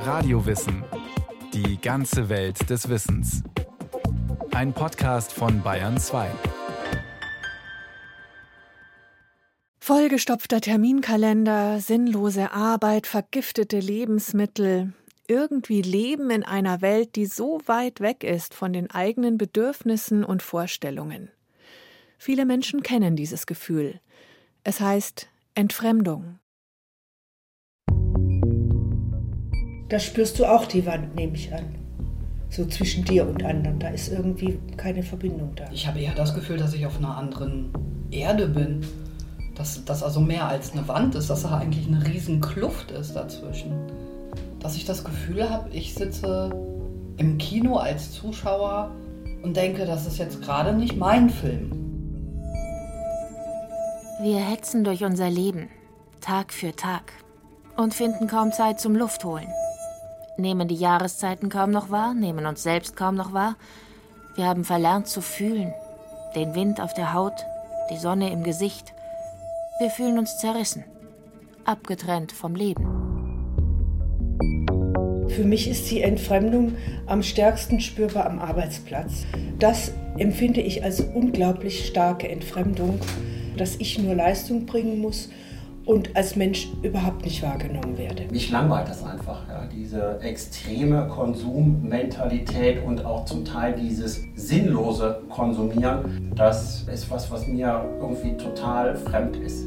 Radiowissen. Die ganze Welt des Wissens. Ein Podcast von Bayern 2. Vollgestopfter Terminkalender, sinnlose Arbeit, vergiftete Lebensmittel. Irgendwie leben in einer Welt, die so weit weg ist von den eigenen Bedürfnissen und Vorstellungen. Viele Menschen kennen dieses Gefühl. Es heißt Entfremdung. Da spürst du auch die Wand, nehme ich an. So zwischen dir und anderen. Da ist irgendwie keine Verbindung da. Ich habe eher das Gefühl, dass ich auf einer anderen Erde bin. Dass das also mehr als eine Wand ist, dass da eigentlich eine riesen Kluft ist dazwischen. Dass ich das Gefühl habe, ich sitze im Kino als Zuschauer und denke, das ist jetzt gerade nicht mein Film. Wir hetzen durch unser Leben, Tag für Tag, und finden kaum Zeit zum Luftholen. Nehmen die Jahreszeiten kaum noch wahr, nehmen uns selbst kaum noch wahr. Wir haben verlernt zu fühlen, den Wind auf der Haut, die Sonne im Gesicht. Wir fühlen uns zerrissen, abgetrennt vom Leben. Für mich ist die Entfremdung am stärksten spürbar am Arbeitsplatz. Das empfinde ich als unglaublich starke Entfremdung, dass ich nur Leistung bringen muss und als Mensch überhaupt nicht wahrgenommen werde. Mich langweilt das einfach, ja, diese extreme Konsummentalität und auch zum Teil dieses sinnlose Konsumieren. Das ist was mir irgendwie total fremd ist.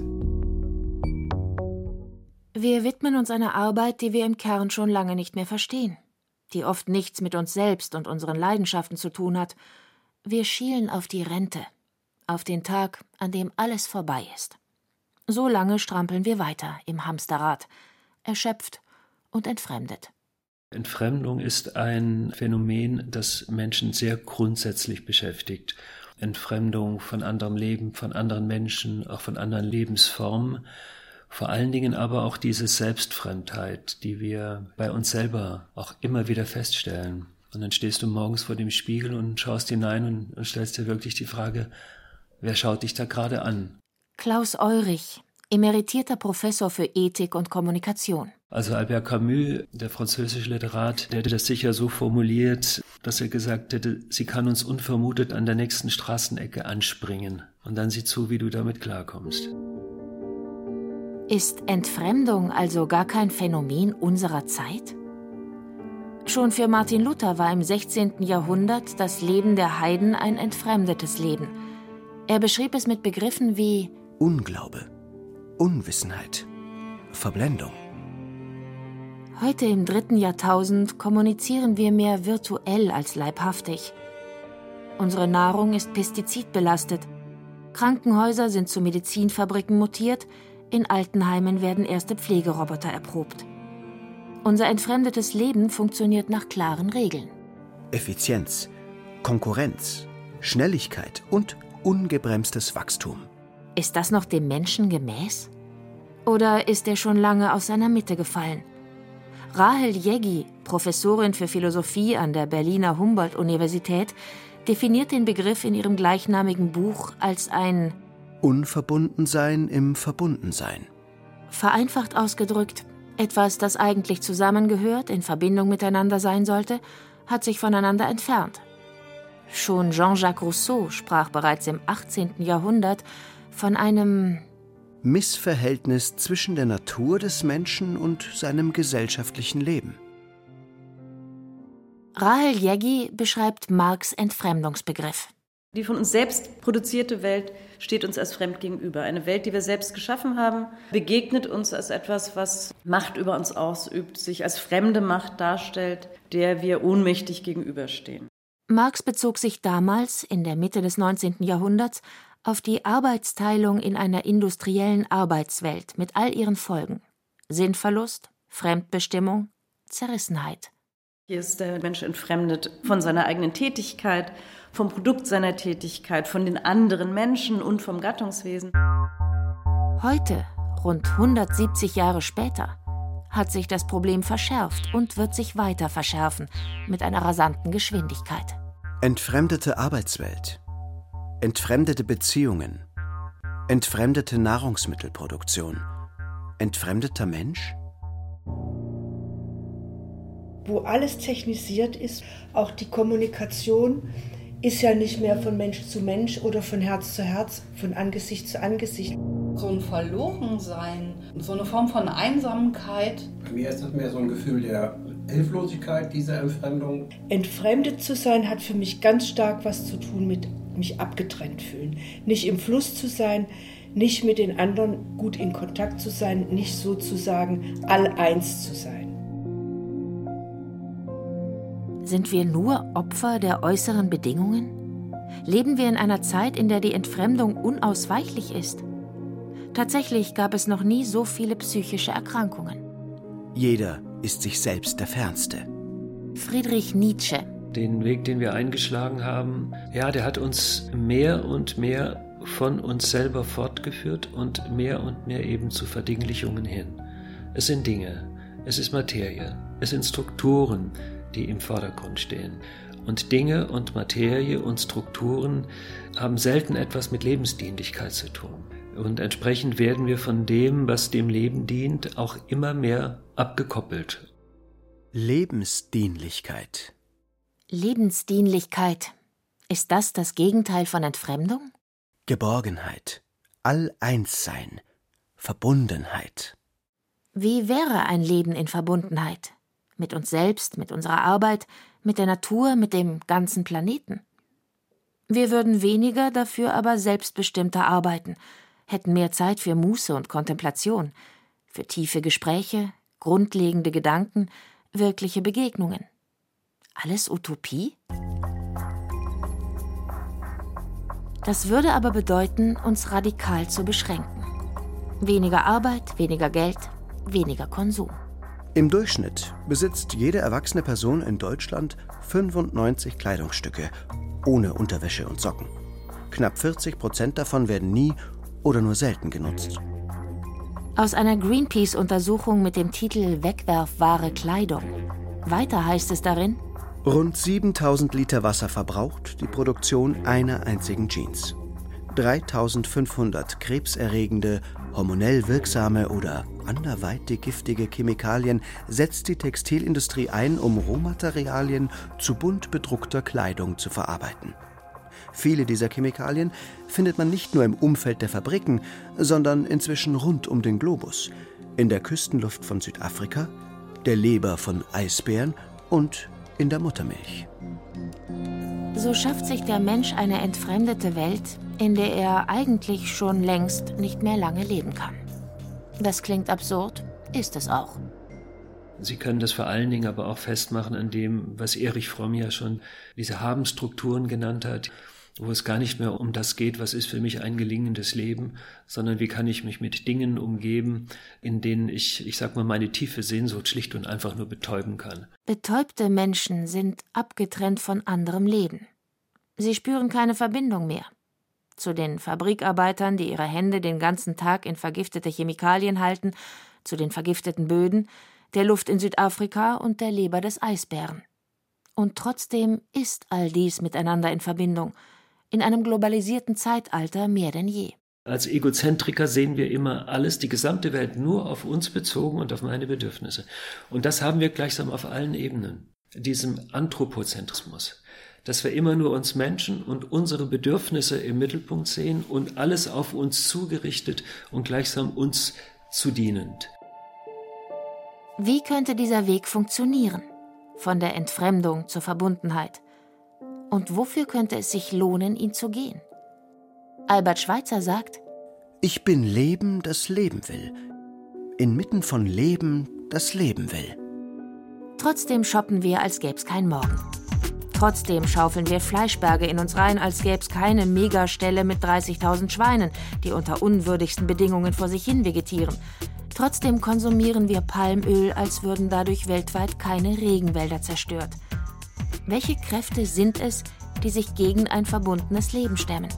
Wir widmen uns einer Arbeit, die wir im Kern schon lange nicht mehr verstehen, die oft nichts mit uns selbst und unseren Leidenschaften zu tun hat. Wir schielen auf die Rente, auf den Tag, an dem alles vorbei ist. So lange strampeln wir weiter im Hamsterrad, erschöpft und entfremdet. Entfremdung ist ein Phänomen, das Menschen sehr grundsätzlich beschäftigt. Entfremdung von anderem Leben, von anderen Menschen, auch von anderen Lebensformen. Vor allen Dingen aber auch diese Selbstfremdheit, die wir bei uns selber auch immer wieder feststellen. Und dann stehst du morgens vor dem Spiegel und schaust hinein und stellst dir wirklich die Frage, wer schaut dich da gerade an? Klaus Eurich, emeritierter Professor für Ethik und Kommunikation. Also Albert Camus, der französische Literat, der hätte das sicher so formuliert, dass er gesagt hätte, sie kann uns unvermutet an der nächsten Straßenecke anspringen und dann sieh zu, wie du damit klarkommst. Ist Entfremdung also gar kein Phänomen unserer Zeit? Schon für Martin Luther war im 16. Jahrhundert das Leben der Heiden ein entfremdetes Leben. Er beschrieb es mit Begriffen wie Unglaube, Unwissenheit, Verblendung. Heute im 3. Jahrtausend kommunizieren wir mehr virtuell als leibhaftig. Unsere Nahrung ist pestizidbelastet. Krankenhäuser sind zu Medizinfabriken mutiert. In Altenheimen werden erste Pflegeroboter erprobt. Unser entfremdetes Leben funktioniert nach klaren Regeln. Effizienz, Konkurrenz, Schnelligkeit und ungebremstes Wachstum. Ist das noch dem Menschen gemäß? Oder ist er schon lange aus seiner Mitte gefallen? Rahel Jeggi, Professorin für Philosophie an der Berliner Humboldt-Universität, definiert den Begriff in ihrem gleichnamigen Buch als ein Unverbundensein im Verbundensein. Vereinfacht ausgedrückt, etwas, das eigentlich zusammengehört, in Verbindung miteinander sein sollte, hat sich voneinander entfernt. Schon Jean-Jacques Rousseau sprach bereits im 18. Jahrhundert von einem Missverhältnis zwischen der Natur des Menschen und seinem gesellschaftlichen Leben. Rahel Jeggi beschreibt Marx' Entfremdungsbegriff. Die von uns selbst produzierte Welt steht uns als fremd gegenüber. Eine Welt, die wir selbst geschaffen haben, begegnet uns als etwas, was Macht über uns ausübt, sich als fremde Macht darstellt, der wir ohnmächtig gegenüberstehen. Marx bezog sich damals, in der Mitte des 19. Jahrhunderts, auf die Arbeitsteilung in einer industriellen Arbeitswelt mit all ihren Folgen. Sinnverlust, Fremdbestimmung, Zerrissenheit. Hier ist der Mensch entfremdet von seiner eigenen Tätigkeit, vom Produkt seiner Tätigkeit, von den anderen Menschen und vom Gattungswesen. Heute, rund 170 Jahre später, hat sich das Problem verschärft und wird sich weiter verschärfen mit einer rasanten Geschwindigkeit. Entfremdete Arbeitswelt, entfremdete Beziehungen, entfremdete Nahrungsmittelproduktion, entfremdeter Mensch? wo alles technisiert ist. Auch die Kommunikation ist ja nicht mehr von Mensch zu Mensch oder von Herz zu Herz, von Angesicht zu Angesicht. So ein Verlorensein, so eine Form von Einsamkeit. Bei mir ist das mehr so ein Gefühl der Hilflosigkeit, diese Entfremdung. Entfremdet zu sein hat für mich ganz stark was zu tun mit mich abgetrennt fühlen. Nicht im Fluss zu sein, nicht mit den anderen gut in Kontakt zu sein, nicht sozusagen all-eins zu sein. Sind wir nur Opfer der äußeren Bedingungen? Leben wir in einer Zeit, in der die Entfremdung unausweichlich ist? Tatsächlich gab es noch nie so viele psychische Erkrankungen. Jeder ist sich selbst der Fernste. Friedrich Nietzsche. Den Weg, den wir eingeschlagen haben, ja, der hat uns mehr und mehr von uns selber fortgeführt und mehr eben zu Verdinglichungen hin. Es sind Dinge, es ist Materie, es sind Strukturen, die im Vordergrund stehen. Und Dinge und Materie und Strukturen haben selten etwas mit Lebensdienlichkeit zu tun. Und entsprechend werden wir von dem, was dem Leben dient, auch immer mehr abgekoppelt. Lebensdienlichkeit. Lebensdienlichkeit. Ist das Gegenteil von Entfremdung? Geborgenheit, All-Eins-Sein, Verbundenheit. Wie wäre ein Leben in Verbundenheit? Mit uns selbst, mit unserer Arbeit, mit der Natur, mit dem ganzen Planeten. Wir würden weniger, dafür aber selbstbestimmter arbeiten, hätten mehr Zeit für Muße und Kontemplation, für tiefe Gespräche, grundlegende Gedanken, wirkliche Begegnungen. Alles Utopie? Das würde aber bedeuten, uns radikal zu beschränken. Weniger Arbeit, weniger Geld, weniger Konsum. Im Durchschnitt besitzt jede erwachsene Person in Deutschland 95 Kleidungsstücke, ohne Unterwäsche und Socken. Knapp 40% davon werden nie oder nur selten genutzt. Aus einer Greenpeace-Untersuchung mit dem Titel »Wegwerfware Kleidung«. Weiter heißt es darin: Rund 7000 Liter Wasser verbraucht die Produktion einer einzigen Jeans. 3500 krebserregende, hormonell wirksame oder anderweitig giftige Chemikalien setzt die Textilindustrie ein, um Rohmaterialien zu bunt bedruckter Kleidung zu verarbeiten. Viele dieser Chemikalien findet man nicht nur im Umfeld der Fabriken, sondern inzwischen rund um den Globus, in der Küstenluft von Südafrika, der Leber von Eisbären und in der Muttermilch. So schafft sich der Mensch eine entfremdete Welt, in der er eigentlich schon längst nicht mehr lange leben kann. Das klingt absurd, ist es auch. Sie können das vor allen Dingen aber auch festmachen an dem, was Erich Fromm ja schon diese Habensstrukturen genannt hat, wo es gar nicht mehr um das geht, was ist für mich ein gelingendes Leben, sondern wie kann ich mich mit Dingen umgeben, in denen ich sag mal, meine tiefe Sehnsucht schlicht und einfach nur betäuben kann. Betäubte Menschen sind abgetrennt von anderem Leben. Sie spüren keine Verbindung mehr. Zu den Fabrikarbeitern, die ihre Hände den ganzen Tag in vergiftete Chemikalien halten, zu den vergifteten Böden, der Luft in Südafrika und der Leber des Eisbären. Und trotzdem ist all dies miteinander in Verbindung, in einem globalisierten Zeitalter mehr denn je. Als Egozentriker sehen wir immer alles, die gesamte Welt nur auf uns bezogen und auf meine Bedürfnisse. Und das haben wir gleichsam auf allen Ebenen, diesem Anthropozentrismus, dass wir immer nur uns Menschen und unsere Bedürfnisse im Mittelpunkt sehen und alles auf uns zugerichtet und gleichsam uns zu dienend. Wie könnte dieser Weg funktionieren? Von der Entfremdung zur Verbundenheit. Und wofür könnte es sich lohnen, ihn zu gehen? Albert Schweitzer sagt: Ich bin Leben, das leben will. Inmitten von Leben, das leben will. Trotzdem shoppen wir, als gäb's kein Morgen. Trotzdem schaufeln wir Fleischberge in uns rein, als gäb's keine Megaställe mit 30.000 Schweinen, die unter unwürdigsten Bedingungen vor sich hin vegetieren. Trotzdem konsumieren wir Palmöl, als würden dadurch weltweit keine Regenwälder zerstört. Welche Kräfte sind es, die sich gegen ein verbundenes Leben stemmen?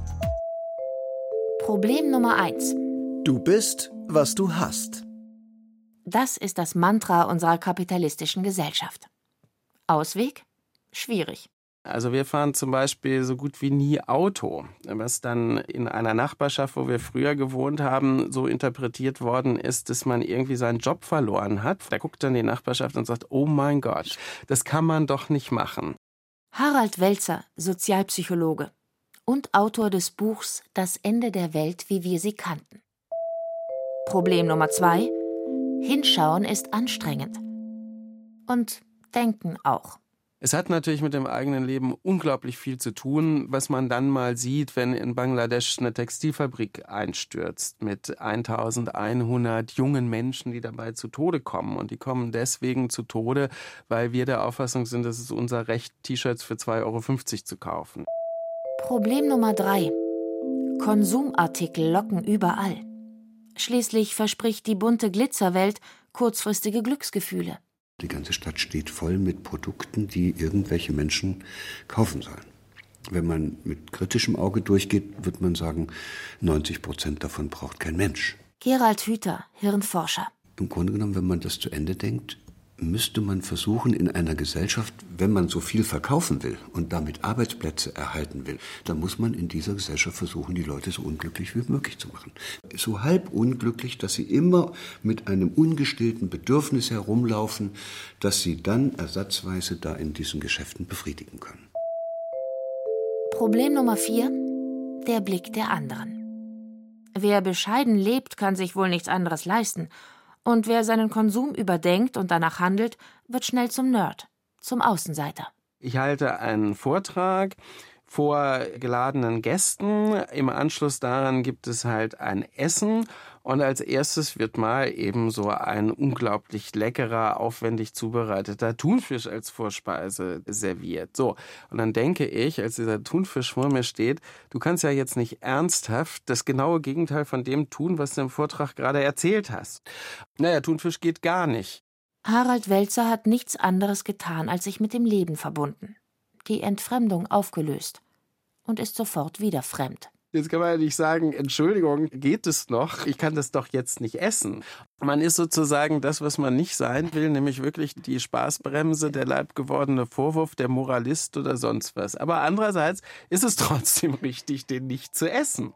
Problem Nummer 1. Du bist, was du hast. Das ist das Mantra unserer kapitalistischen Gesellschaft. Ausweg? Schwierig. Also wir fahren zum Beispiel so gut wie nie Auto, was dann in einer Nachbarschaft, wo wir früher gewohnt haben, so interpretiert worden ist, dass man irgendwie seinen Job verloren hat. Da guckt dann die Nachbarschaft und sagt, oh mein Gott, das kann man doch nicht machen. Harald Welzer, Sozialpsychologe und Autor des Buchs »Das Ende der Welt, wie wir sie kannten«. Problem Nummer 2: Hinschauen ist anstrengend. Und denken auch. Es hat natürlich mit dem eigenen Leben unglaublich viel zu tun, was man dann mal sieht, wenn in Bangladesch eine Textilfabrik einstürzt mit 1100 jungen Menschen, die dabei zu Tode kommen. Und die kommen deswegen zu Tode, weil wir der Auffassung sind, es ist unser Recht, T-Shirts für 2,50 € zu kaufen. Problem Nummer 3: Konsumartikel locken überall. Schließlich verspricht die bunte Glitzerwelt kurzfristige Glücksgefühle. Die ganze Stadt steht voll mit Produkten, die irgendwelche Menschen kaufen sollen. Wenn man mit kritischem Auge durchgeht, wird man sagen, 90% davon braucht kein Mensch. Gerald Hüther, Hirnforscher. Im Grunde genommen, wenn man das zu Ende denkt, müsste man versuchen, in einer Gesellschaft, wenn man so viel verkaufen will und damit Arbeitsplätze erhalten will, dann muss man in dieser Gesellschaft versuchen, die Leute so unglücklich wie möglich zu machen. So halb unglücklich, dass sie immer mit einem ungestillten Bedürfnis herumlaufen, das sie dann ersatzweise da in diesen Geschäften befriedigen können. Problem Nummer 4: Der Blick der anderen. Wer bescheiden lebt, kann sich wohl nichts anderes leisten. Und wer seinen Konsum überdenkt und danach handelt, wird schnell zum Nerd, zum Außenseiter. Ich halte einen Vortrag vor geladenen Gästen. Im Anschluss daran gibt es halt ein Essen. Und als erstes wird mal eben so ein unglaublich leckerer, aufwendig zubereiteter Thunfisch als Vorspeise serviert. So, und dann denke ich, als dieser Thunfisch vor mir steht, du kannst ja jetzt nicht ernsthaft das genaue Gegenteil von dem tun, was du im Vortrag gerade erzählt hast. Naja, Thunfisch geht gar nicht. Harald Welzer hat nichts anderes getan, als sich mit dem Leben verbunden. Die Entfremdung aufgelöst und ist sofort wieder fremd. Jetzt kann man ja nicht sagen, Entschuldigung, geht es noch? Ich kann das doch jetzt nicht essen. Man ist sozusagen das, was man nicht sein will, nämlich wirklich die Spaßbremse, der leibgewordene Vorwurf, der Moralist oder sonst was. Aber andererseits ist es trotzdem richtig, den nicht zu essen.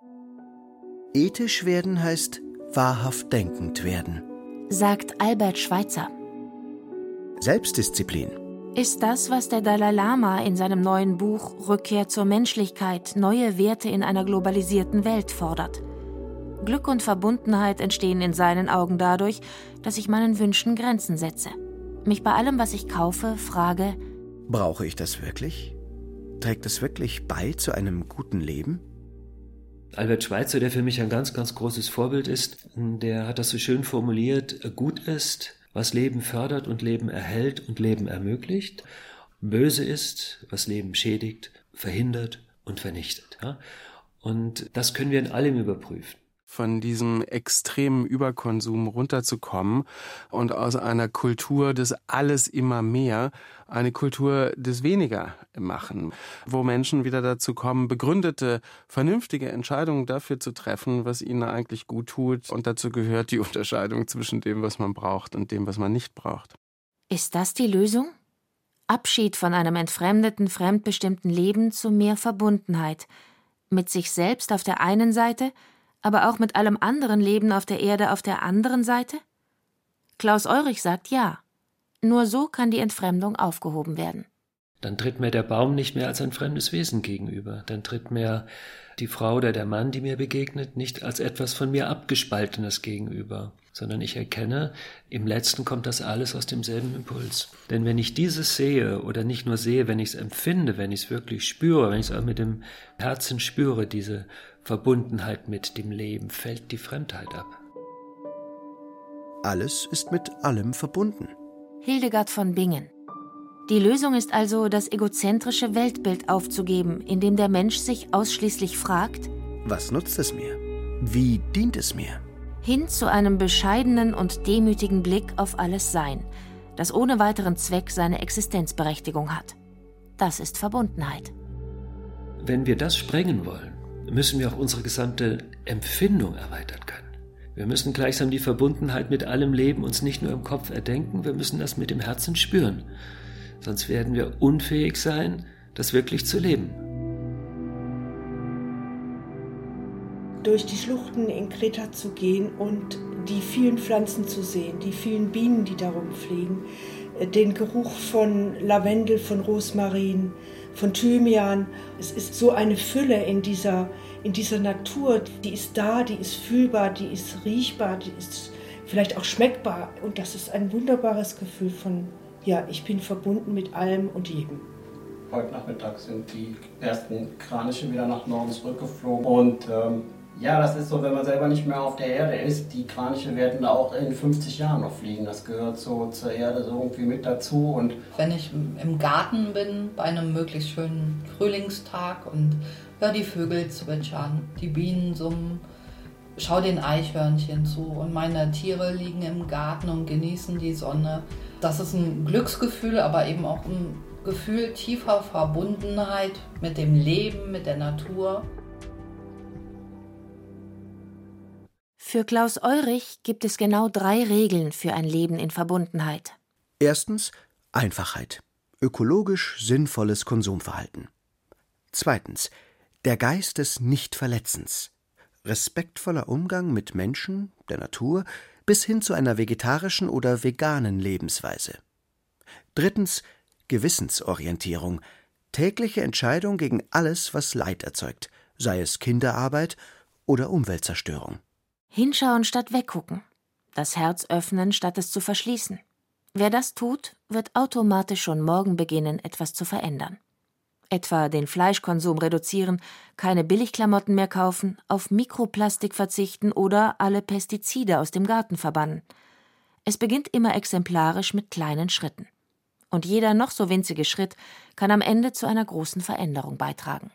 Ethisch werden heißt wahrhaft denkend werden, sagt Albert Schweitzer. Selbstdisziplin ist das, was der Dalai Lama in seinem neuen Buch Rückkehr zur Menschlichkeit, neue Werte in einer globalisierten Welt fordert. Glück und Verbundenheit entstehen in seinen Augen dadurch, dass ich meinen Wünschen Grenzen setze. Mich bei allem, was ich kaufe, frage: Brauche ich das wirklich? Trägt es wirklich bei zu einem guten Leben? Albert Schweitzer, der für mich ein ganz, ganz großes Vorbild ist, der hat das so schön formuliert: Gut ist, was Leben fördert und Leben erhält und Leben ermöglicht. Böse ist, was Leben schädigt, verhindert und vernichtet. Ja? Und das können wir in allem überprüfen. Von diesem extremen Überkonsum runterzukommen und aus einer Kultur des Alles immer mehr eine Kultur des Weniger machen, wo Menschen wieder dazu kommen, begründete, vernünftige Entscheidungen dafür zu treffen, was ihnen eigentlich gut tut. Und dazu gehört die Unterscheidung zwischen dem, was man braucht und dem, was man nicht braucht. Ist das die Lösung? Abschied von einem entfremdeten, fremdbestimmten Leben zu mehr Verbundenheit. Mit sich selbst auf der einen Seite, aber auch mit allem anderen Leben auf der Erde auf der anderen Seite? Klaus Eurich sagt ja. Nur so kann die Entfremdung aufgehoben werden. Dann tritt mir der Baum nicht mehr als ein fremdes Wesen gegenüber. Dann tritt mir die Frau oder der Mann, die mir begegnet, nicht als etwas von mir Abgespaltenes gegenüber, sondern ich erkenne, im Letzten kommt das alles aus demselben Impuls. Denn wenn ich dieses sehe oder nicht nur sehe, wenn ich es empfinde, wenn ich es wirklich spüre, wenn ich es auch mit dem Herzen spüre, diese Verbundenheit mit dem Leben, fällt die Fremdheit ab. Alles ist mit allem verbunden. Hildegard von Bingen. Die Lösung ist also, das egozentrische Weltbild aufzugeben, in dem der Mensch sich ausschließlich fragt: Was nutzt es mir? Wie dient es mir? Hin zu einem bescheidenen und demütigen Blick auf alles Sein, das ohne weiteren Zweck seine Existenzberechtigung hat. Das ist Verbundenheit. Wenn wir das sprengen wollen, müssen wir auch unsere gesamte Empfindung erweitern können. Wir müssen gleichsam die Verbundenheit mit allem Leben uns nicht nur im Kopf erdenken, wir müssen das mit dem Herzen spüren. Sonst werden wir unfähig sein, das wirklich zu leben. Durch die Schluchten in Kreta zu gehen und die vielen Pflanzen zu sehen, die vielen Bienen, die da rumfliegen, den Geruch von Lavendel, von Rosmarin, von Thymian. Es ist so eine Fülle in dieser Natur, die ist da, die ist fühlbar, die ist riechbar, die ist vielleicht auch schmeckbar. Und das ist ein wunderbares Gefühl von, ja, ich bin verbunden mit allem und jedem. Heute Nachmittag sind die ersten Kraniche wieder nach Norden zurückgeflogen und ja, das ist so, wenn man selber nicht mehr auf der Erde ist, die Kraniche werden auch in 50 Jahren noch fliegen. Das gehört so zur Erde so irgendwie mit dazu. Und wenn ich im Garten bin, bei einem möglichst schönen Frühlingstag und höre die Vögel zwitschern, die Bienen summen, schau den Eichhörnchen zu und meine Tiere liegen im Garten und genießen die Sonne. Das ist ein Glücksgefühl, aber eben auch ein Gefühl tiefer Verbundenheit mit dem Leben, mit der Natur. Für Klaus Eurich gibt es genau 3 Regeln für ein Leben in Verbundenheit. Erstens Einfachheit, ökologisch sinnvolles Konsumverhalten. Zweitens der Geist des Nichtverletzens, respektvoller Umgang mit Menschen, der Natur, bis hin zu einer vegetarischen oder veganen Lebensweise. Drittens Gewissensorientierung, tägliche Entscheidung gegen alles, was Leid erzeugt, sei es Kinderarbeit oder Umweltzerstörung. Hinschauen statt weggucken, das Herz öffnen statt es zu verschließen. Wer das tut, wird automatisch schon morgen beginnen, etwas zu verändern. Etwa den Fleischkonsum reduzieren, keine Billigklamotten mehr kaufen, auf Mikroplastik verzichten oder alle Pestizide aus dem Garten verbannen. Es beginnt immer exemplarisch mit kleinen Schritten. Und jeder noch so winzige Schritt kann am Ende zu einer großen Veränderung beitragen.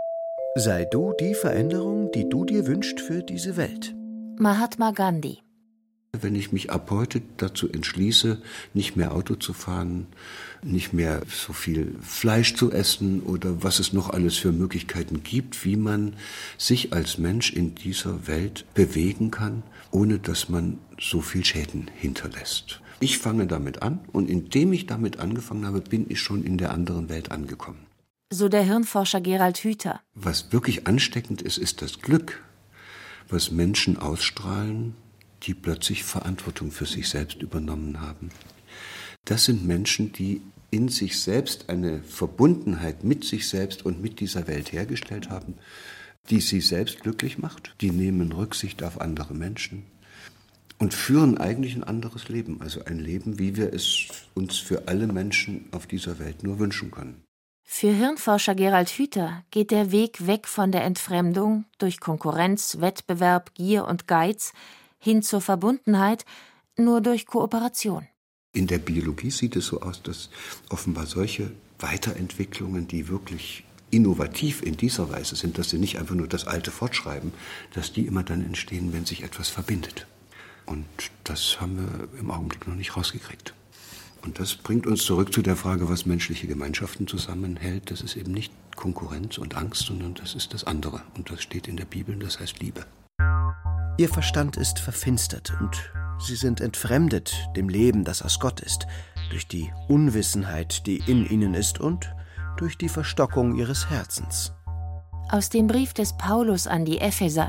Sei du die Veränderung, die du dir wünschst für diese Welt. Mahatma Gandhi. Wenn ich mich ab heute dazu entschließe, nicht mehr Auto zu fahren, nicht mehr so viel Fleisch zu essen oder was es noch alles für Möglichkeiten gibt, wie man sich als Mensch in dieser Welt bewegen kann, ohne dass man so viel Schäden hinterlässt. Ich fange damit an und indem ich damit angefangen habe, bin ich schon in der anderen Welt angekommen. So der Hirnforscher Gerald Hüther. Was wirklich ansteckend ist, ist das Glück, was Menschen ausstrahlen, die plötzlich Verantwortung für sich selbst übernommen haben. Das sind Menschen, die in sich selbst eine Verbundenheit mit sich selbst und mit dieser Welt hergestellt haben, die sie selbst glücklich macht. Die nehmen Rücksicht auf andere Menschen und führen eigentlich ein anderes Leben, also ein Leben, wie wir es uns für alle Menschen auf dieser Welt nur wünschen können. Für Hirnforscher Gerald Hüther geht der Weg weg von der Entfremdung durch Konkurrenz, Wettbewerb, Gier und Geiz hin zur Verbundenheit nur durch Kooperation. In der Biologie sieht es so aus, dass offenbar solche Weiterentwicklungen, die wirklich innovativ in dieser Weise sind, dass sie nicht einfach nur das Alte fortschreiben, dass die immer dann entstehen, wenn sich etwas verbindet. Und das haben wir im Augenblick noch nicht rausgekriegt. Und das bringt uns zurück zu der Frage, was menschliche Gemeinschaften zusammenhält. Das ist eben nicht Konkurrenz und Angst, sondern das ist das andere. Und das steht in der Bibel, das heißt Liebe. Ihr Verstand ist verfinstert und sie sind entfremdet dem Leben, das aus Gott ist, durch die Unwissenheit, die in ihnen ist und durch die Verstockung ihres Herzens. Aus dem Brief des Paulus an die Epheser.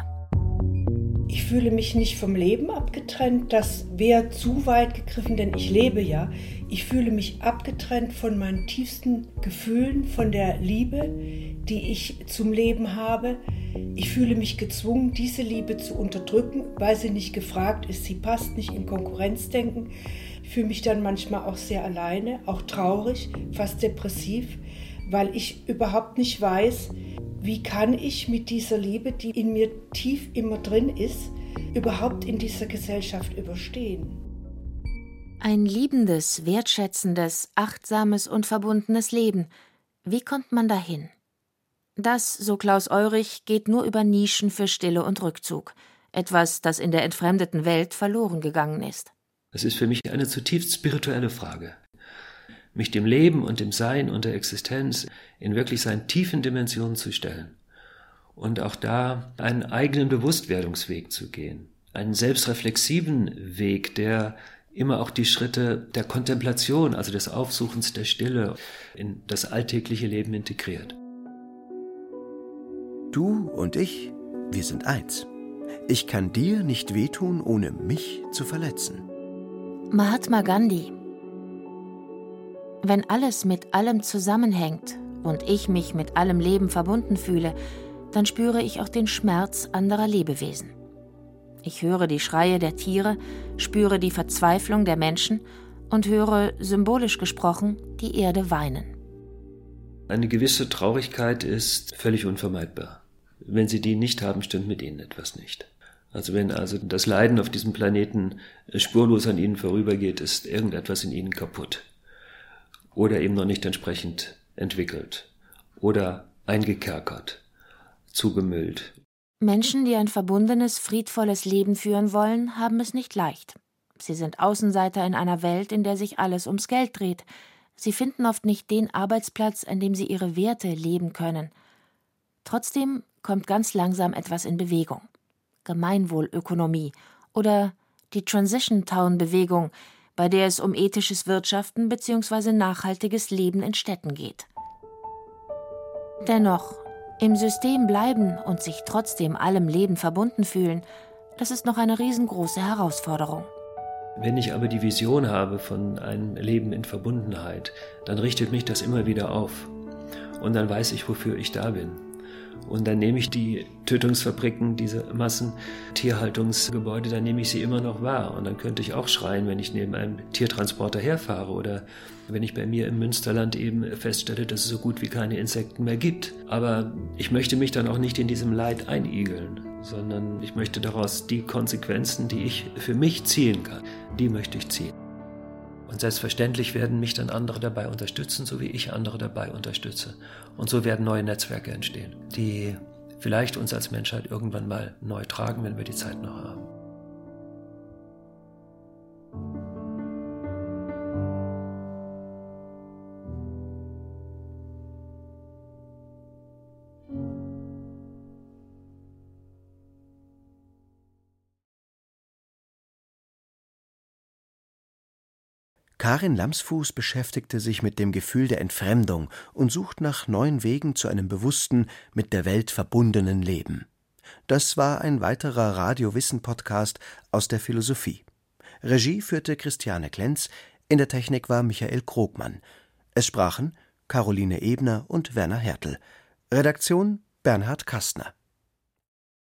Ich fühle mich nicht vom Leben abgetrennt, das wäre zu weit gegriffen, denn ich lebe ja. Ich fühle mich abgetrennt von meinen tiefsten Gefühlen, von der Liebe, die ich zum Leben habe. Ich fühle mich gezwungen, diese Liebe zu unterdrücken, weil sie nicht gefragt ist, sie passt nicht in Konkurrenzdenken. Ich fühle mich dann manchmal auch sehr alleine, auch traurig, fast depressiv, weil ich überhaupt nicht weiß, wie kann ich mit dieser Liebe, die in mir tief immer drin ist, überhaupt in dieser Gesellschaft überstehen? Ein liebendes, wertschätzendes, achtsames und verbundenes Leben. Wie kommt man dahin? Das, so Klaus Eurich, geht nur über Nischen für Stille und Rückzug. Etwas, das in der entfremdeten Welt verloren gegangen ist. Das ist für mich eine zutiefst spirituelle Frage. Mich dem Leben und dem Sein und der Existenz in wirklich seinen tiefen Dimensionen zu stellen und auch da einen eigenen Bewusstwerdungsweg zu gehen, einen selbstreflexiven Weg, der immer auch die Schritte der Kontemplation, also des Aufsuchens der Stille, in das alltägliche Leben integriert. Du und ich, wir sind eins. Ich kann dir nicht wehtun, ohne mich zu verletzen. Mahatma Gandhi. Wenn alles mit allem zusammenhängt und ich mich mit allem Leben verbunden fühle, dann spüre ich auch den Schmerz anderer Lebewesen. Ich höre die Schreie der Tiere, spüre die Verzweiflung der Menschen und höre, symbolisch gesprochen, die Erde weinen. Eine gewisse Traurigkeit ist völlig unvermeidbar. Wenn Sie die nicht haben, stimmt mit Ihnen etwas nicht. Also wenn das Leiden auf diesem Planeten spurlos an Ihnen vorübergeht, ist irgendetwas in Ihnen kaputt. Oder eben noch nicht entsprechend entwickelt. Oder eingekerkert, zugemüllt. Menschen, die ein verbundenes, friedvolles Leben führen wollen, haben es nicht leicht. Sie sind Außenseiter in einer Welt, in der sich alles ums Geld dreht. Sie finden oft nicht den Arbeitsplatz, an dem sie ihre Werte leben können. Trotzdem kommt ganz langsam etwas in Bewegung. Gemeinwohlökonomie oder die Transition-Town-Bewegung, bei der es um ethisches Wirtschaften bzw. nachhaltiges Leben in Städten geht. Dennoch, im System bleiben und sich trotzdem allem Leben verbunden fühlen, das ist noch eine riesengroße Herausforderung. Wenn ich aber die Vision habe von einem Leben in Verbundenheit, dann richtet mich das immer wieder auf. Und dann weiß ich, wofür ich da bin. Und dann nehme ich die Tötungsfabriken, diese Massentierhaltungsgebäude, dann nehme ich sie immer noch wahr. Und dann könnte ich auch schreien, wenn ich neben einem Tiertransporter herfahre oder wenn ich bei mir im Münsterland eben feststelle, dass es so gut wie keine Insekten mehr gibt. Aber ich möchte mich dann auch nicht in diesem Leid einigeln, sondern ich möchte daraus die Konsequenzen, die ich für mich ziehen kann, die möchte ich ziehen. Und selbstverständlich werden mich dann andere dabei unterstützen, so wie ich andere dabei unterstütze. Und so werden neue Netzwerke entstehen, die vielleicht uns als Menschheit irgendwann mal neu tragen, wenn wir die Zeit noch haben. Karin Lamsfuß beschäftigte sich mit dem Gefühl der Entfremdung und sucht nach neuen Wegen zu einem bewussten, mit der Welt verbundenen Leben. Das war ein weiterer Radio-Wissen-Podcast aus der Philosophie. Regie führte Christiane Klenz, in der Technik war Michael Krogmann. Es sprachen Caroline Ebner und Werner Hertel. Redaktion Bernhard Kastner.